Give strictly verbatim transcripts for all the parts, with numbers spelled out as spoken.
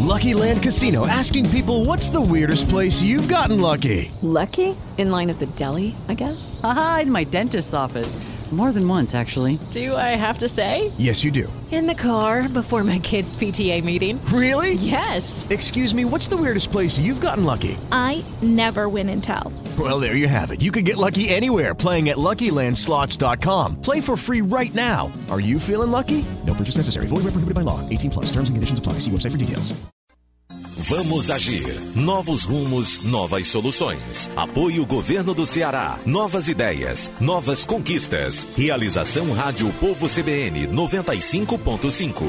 Lucky Land Casino, asking people, what's the weirdest place you've gotten lucky? Lucky? In line at the deli, I guess? Aha, in my dentist's office. More than once, actually. Do I have to say? Yes, you do. In the car before my kids' P T A meeting. Really? Yes. Excuse me, what's the weirdest place you've gotten lucky? I never win and tell. Well, there you have it. You can get lucky anywhere, playing at Lucky Land Slots dot com. Play for free right now. Are you feeling lucky? No purchase necessary. Void where prohibited by law. eighteen plus. Terms and conditions apply. See website for details. Vamos Agir. Novos rumos, novas soluções. Apoio Governo do Ceará. Novas ideias, novas conquistas. Realização Rádio Povo C B N noventa e cinco ponto cinco.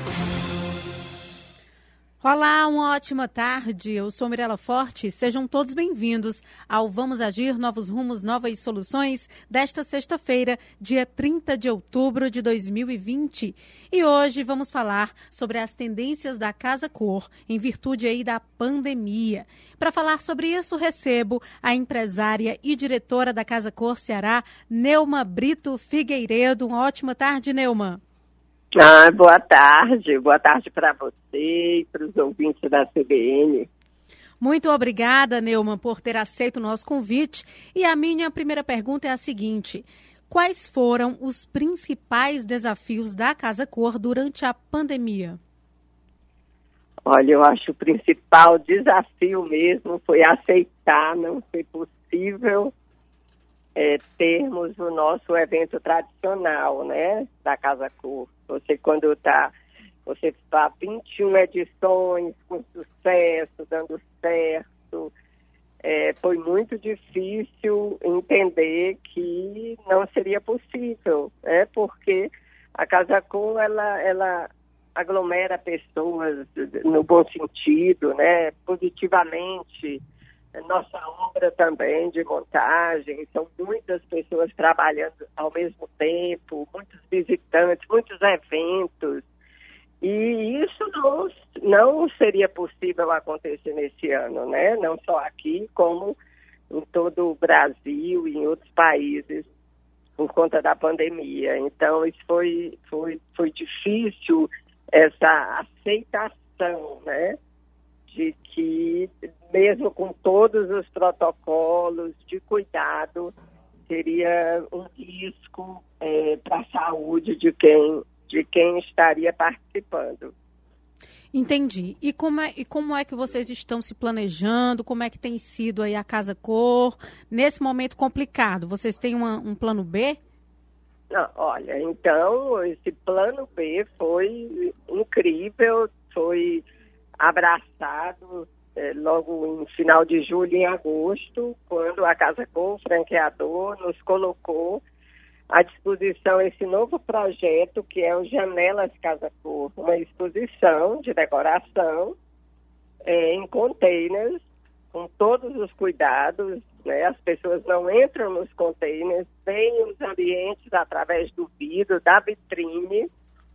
Olá, uma ótima tarde. Eu sou Mirela Forte. Sejam todos bem-vindos ao Vamos Agir, Novos Rumos, Novas Soluções, desta sexta-feira, dia trinta de outubro de dois mil e vinte. E hoje vamos falar sobre as tendências da Casa Cor, em virtude aí da pandemia. Para falar sobre isso, recebo a empresária e diretora da Casa Cor Ceará, Neuma Brito Figueiredo. Uma ótima tarde, Neuma. Ah, boa tarde, boa tarde para você e para os ouvintes da C B N. Muito obrigada, Neuma, por ter aceito o nosso convite. E a minha primeira pergunta é a seguinte: quais foram os principais desafios da Casa Cor durante a pandemia? Olha, eu acho que o principal desafio mesmo foi aceitar não ser possível É, termos o nosso evento tradicional, né, da Casa Cor. Você quando está, você está vinte e uma edições com sucesso, dando certo, é, foi muito difícil entender que não seria possível, né, porque a Casa Cor, ela, ela aglomera pessoas no bom sentido, né, positivamente. Nossa obra também de montagem, são muitas pessoas trabalhando ao mesmo tempo, muitos visitantes, muitos eventos, e isso não, não seria possível acontecer nesse ano, né? Não só aqui, como em todo o Brasil e em outros países, por conta da pandemia. Então, isso foi, foi, foi difícil, essa aceitação, né? De que, mesmo com todos os protocolos de cuidado, seria um risco é, para a saúde de quem, de quem estaria participando. Entendi. E como, é, e como é que vocês estão se planejando? Como é que tem sido aí a Casa Cor nesse momento complicado? Vocês têm uma, um plano B? Não, olha, então, esse plano B foi incrível, foi abraçado eh, logo em final de julho e agosto, quando a Casa Cor, o franqueador, nos colocou à disposição esse novo projeto, que é o Janelas Casa Cor, uma exposição de decoração eh, em containers, com todos os cuidados, né? As pessoas não entram nos containers, veem os ambientes através do vidro, da vitrine,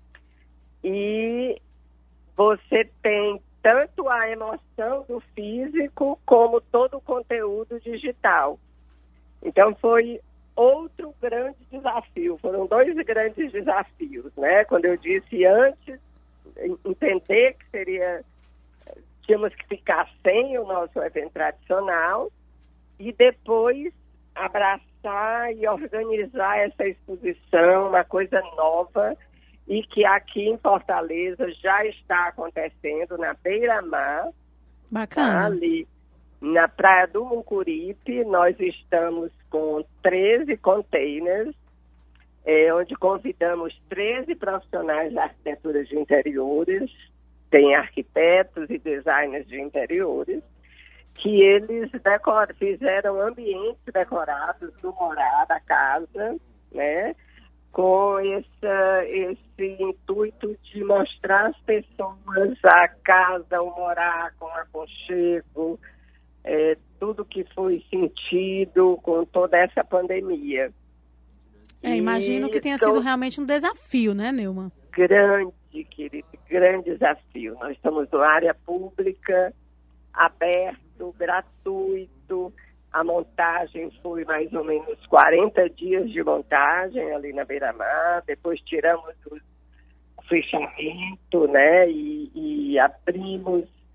e você tem tanto a emoção do físico como todo o conteúdo digital. Então foi outro grande desafio, foram dois grandes desafios, né? Quando eu disse antes, entender que seria, tínhamos que ficar sem o nosso evento tradicional e depois abraçar e organizar essa exposição, uma coisa nova, e que aqui em Fortaleza já está acontecendo na Beira-Mar. Bacana. Ali na Praia do Mucuripe, nós estamos com treze containers, é, onde convidamos treze profissionais de arquitetura de interiores, tem arquitetos e designers de interiores, que eles decor- fizeram ambientes decorados do morar da casa, né? Com essa, esse intuito de mostrar às pessoas a casa, o morar com aconchego, é, tudo que foi sentido com toda essa pandemia. É, imagino que tenha sido realmente um desafio, né, Neuma? Grande, querido, grande desafio. Nós estamos na área pública, aberto, gratuito. A montagem foi mais ou menos quarenta dias de montagem ali na Beira-Mar. Depois tiramos o fechamento, né? E, e abrimos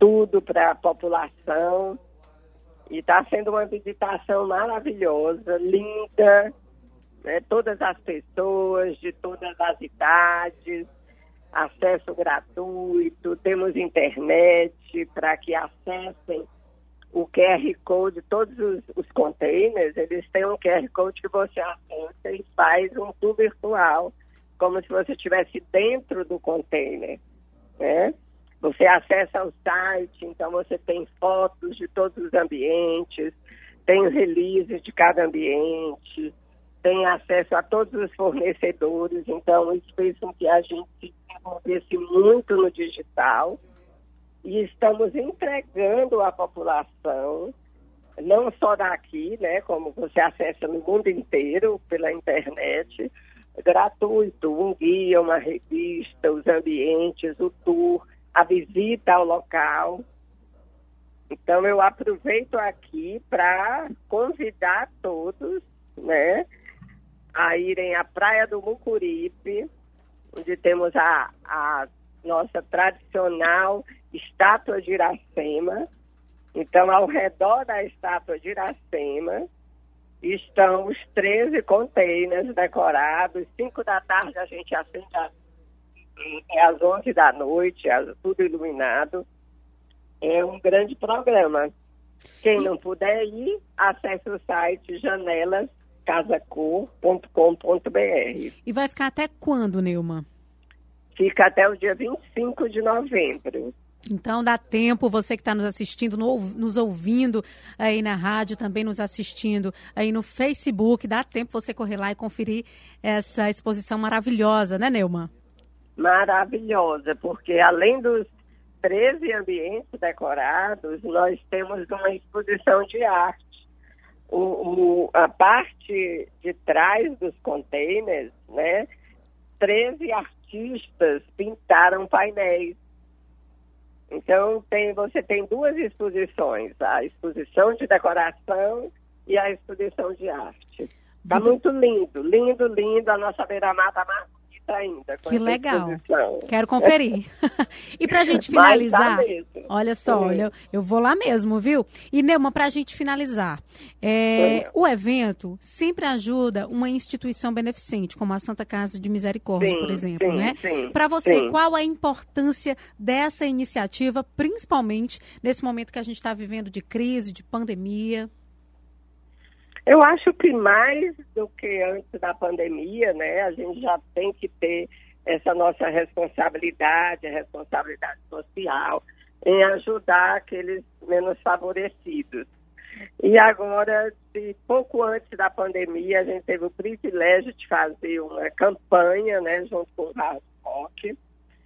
tudo para a população. E está sendo uma visitação maravilhosa, linda, né? Todas as pessoas, de todas as idades, acesso gratuito, temos internet para que acessem o Q R Code, todos os, os containers, eles têm um Q R Code que você acessa e faz um tour virtual, como se você estivesse dentro do container, né? Você acessa o site, então você tem fotos de todos os ambientes, tem os releases de cada ambiente, tem acesso a todos os fornecedores, então isso fez com que a gente se desenvolvesse muito no digital. E estamos entregando à população, não só daqui, né, como você acessa no mundo inteiro pela internet, gratuito, um guia, uma revista, os ambientes, o tour, a visita ao local. Então eu aproveito aqui para convidar todos, né, a irem à Praia do Mucuripe, onde temos a, a nossa tradicional estátua de Iracema. Então, ao redor da estátua de Iracema, estão os treze containers decorados. cinco da tarde a gente acende a, é às onze da noite, tudo iluminado. É um grande programa. Quem não puder ir, acesse o site janelas casa cor ponto com ponto b r. E vai ficar até quando, Neuma? Fica até o dia vinte e cinco de novembro. Então dá tempo, você que está nos assistindo, no, nos ouvindo aí na rádio, também nos assistindo aí no Facebook, dá tempo você correr lá e conferir essa exposição maravilhosa, né, Neuma? Maravilhosa, porque além dos treze ambientes decorados, nós temos uma exposição de arte. O, o, a parte de trás dos containers, né, treze artistas pintaram painéis. Então, tem, você tem duas exposições, a exposição de decoração e a exposição de arte. Está muito lindo, lindo, lindo, a nossa beira-mar está mais bonita ainda. Que legal, exposição. Quero conferir. E para a gente finalizar, olha só, Sim. olha, eu vou lá mesmo, viu? E Neuma, para a gente finalizar, é, o evento sempre ajuda uma instituição beneficente, como a Santa Casa de Misericórdia, sim, por exemplo, sim, né? Para você, sim. Qual a importância dessa iniciativa, principalmente nesse momento que a gente está vivendo de crise, de pandemia? Eu acho que mais do que antes da pandemia, né, a gente já tem que ter essa nossa responsabilidade, a responsabilidade social, em ajudar aqueles menos favorecidos. E agora, de pouco antes da pandemia, a gente teve o privilégio de fazer uma campanha, né, junto com o Hard Rock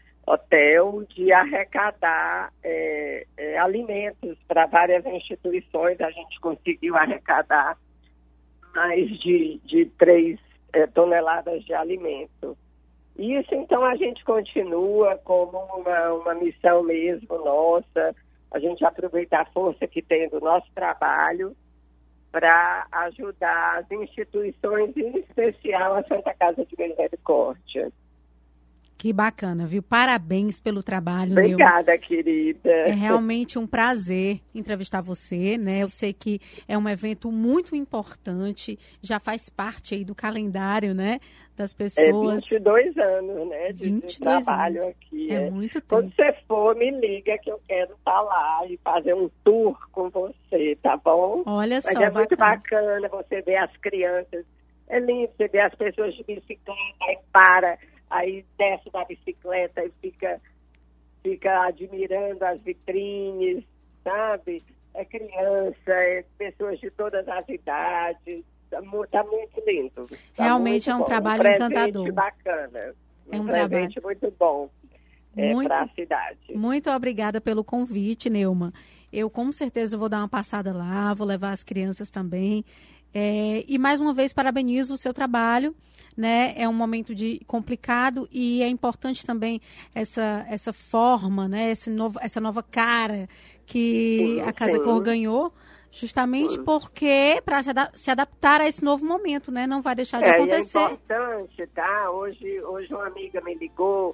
Hotel, de arrecadar é, é, alimentos para várias instituições. A gente conseguiu arrecadar mais de, de três é, toneladas de alimento. Isso, então, a gente continua como uma, uma missão mesmo nossa, a gente aproveita a força que tem do nosso trabalho para ajudar as instituições, em especial a Santa Casa de Misericórdia. Que bacana, viu? Parabéns pelo trabalho, Obrigada, Neuma. querida. É realmente um prazer entrevistar você, né? Eu sei que é um evento muito importante, já faz parte aí do calendário, né? Das pessoas. É vinte e dois anos, né? De, vinte e de dois trabalho anos. aqui. É, é muito tempo. Quando você for, me liga que eu quero estar lá e fazer um tour com você, tá bom? Olha só, Mas é muito bacana. bacana você ver as crianças. É lindo você ver as pessoas de bicicleta e para... Aí desce da bicicleta e fica, fica admirando as vitrines, sabe? É criança, é pessoas de todas as idades. Está muito, tá muito lindo. Tá Realmente muito é um bom. trabalho um encantador. Bacana. É um, um trabalho muito bom é, muito, para a cidade. Muito obrigada pelo convite, Neuma. Eu com certeza vou dar uma passada lá, vou levar as crianças também. É, e mais uma vez parabenizo o seu trabalho, né? É um momento de complicado e é importante também essa, essa forma, né? Esse novo, essa nova cara que sim, a Casa sim. Cor ganhou, justamente sim. porque para se, ad- se adaptar a esse novo momento, né? Não vai deixar de é, acontecer. É importante, tá? Hoje, hoje uma amiga me ligou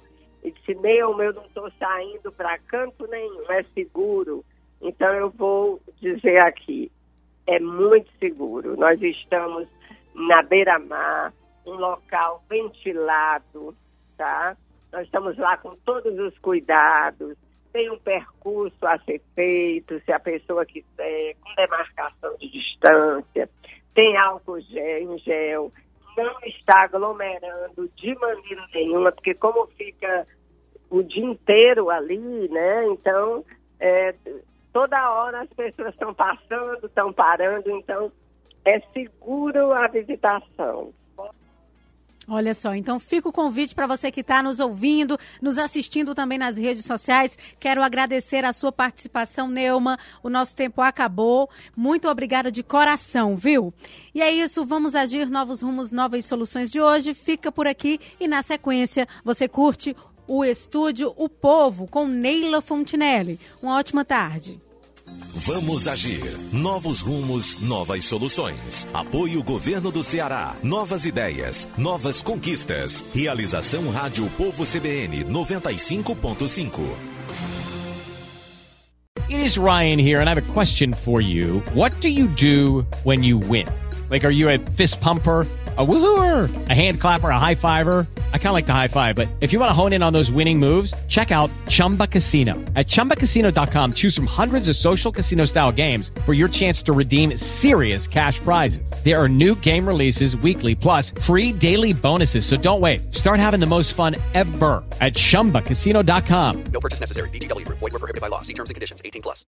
e disse, Neuma, eu não estou saindo para canto nenhum, é seguro. Então eu vou dizer aqui, é muito seguro. Nós estamos na beira-mar, um local ventilado, tá? Nós estamos lá com todos os cuidados, tem um percurso a ser feito, se a pessoa quiser, com demarcação de distância, tem álcool gel, em gel, não está aglomerando de maneira nenhuma, porque como fica o dia inteiro ali, né? Então, é, toda hora as pessoas estão passando, estão parando, então é seguro a visitação. Olha só, então fica o convite para você que está nos ouvindo, nos assistindo também nas redes sociais. Quero agradecer a sua participação, Neuma. O nosso tempo acabou. Muito obrigada de coração, viu? E é isso, Vamos Agir, Novos Rumos, Novas Soluções de hoje. Fica por aqui e na sequência você curte o Estúdio O Povo com Neila Fontinelli. Uma ótima tarde. Vamos Agir. Novos rumos, novas soluções. Apoio Governo do Ceará. Novas ideias, novas conquistas. Realização Rádio Povo C B N noventa e cinco ponto cinco. It is Ryan here, and I have a question for you. What do you do when you win? Like, are you a fist pumper, a woohooer, a hand clapper, a high fiver? I kind of like the high five, but if you want to hone in on those winning moves, check out Chumba Casino. At chumba casino dot com, choose from hundreds of social casino style games for your chance to redeem serious cash prizes. There are new game releases weekly, plus free daily bonuses. So don't wait. Start having the most fun ever at chumba casino dot com. No purchase necessary. V G W Group. Void where prohibited by law. See terms and conditions. eighteen plus.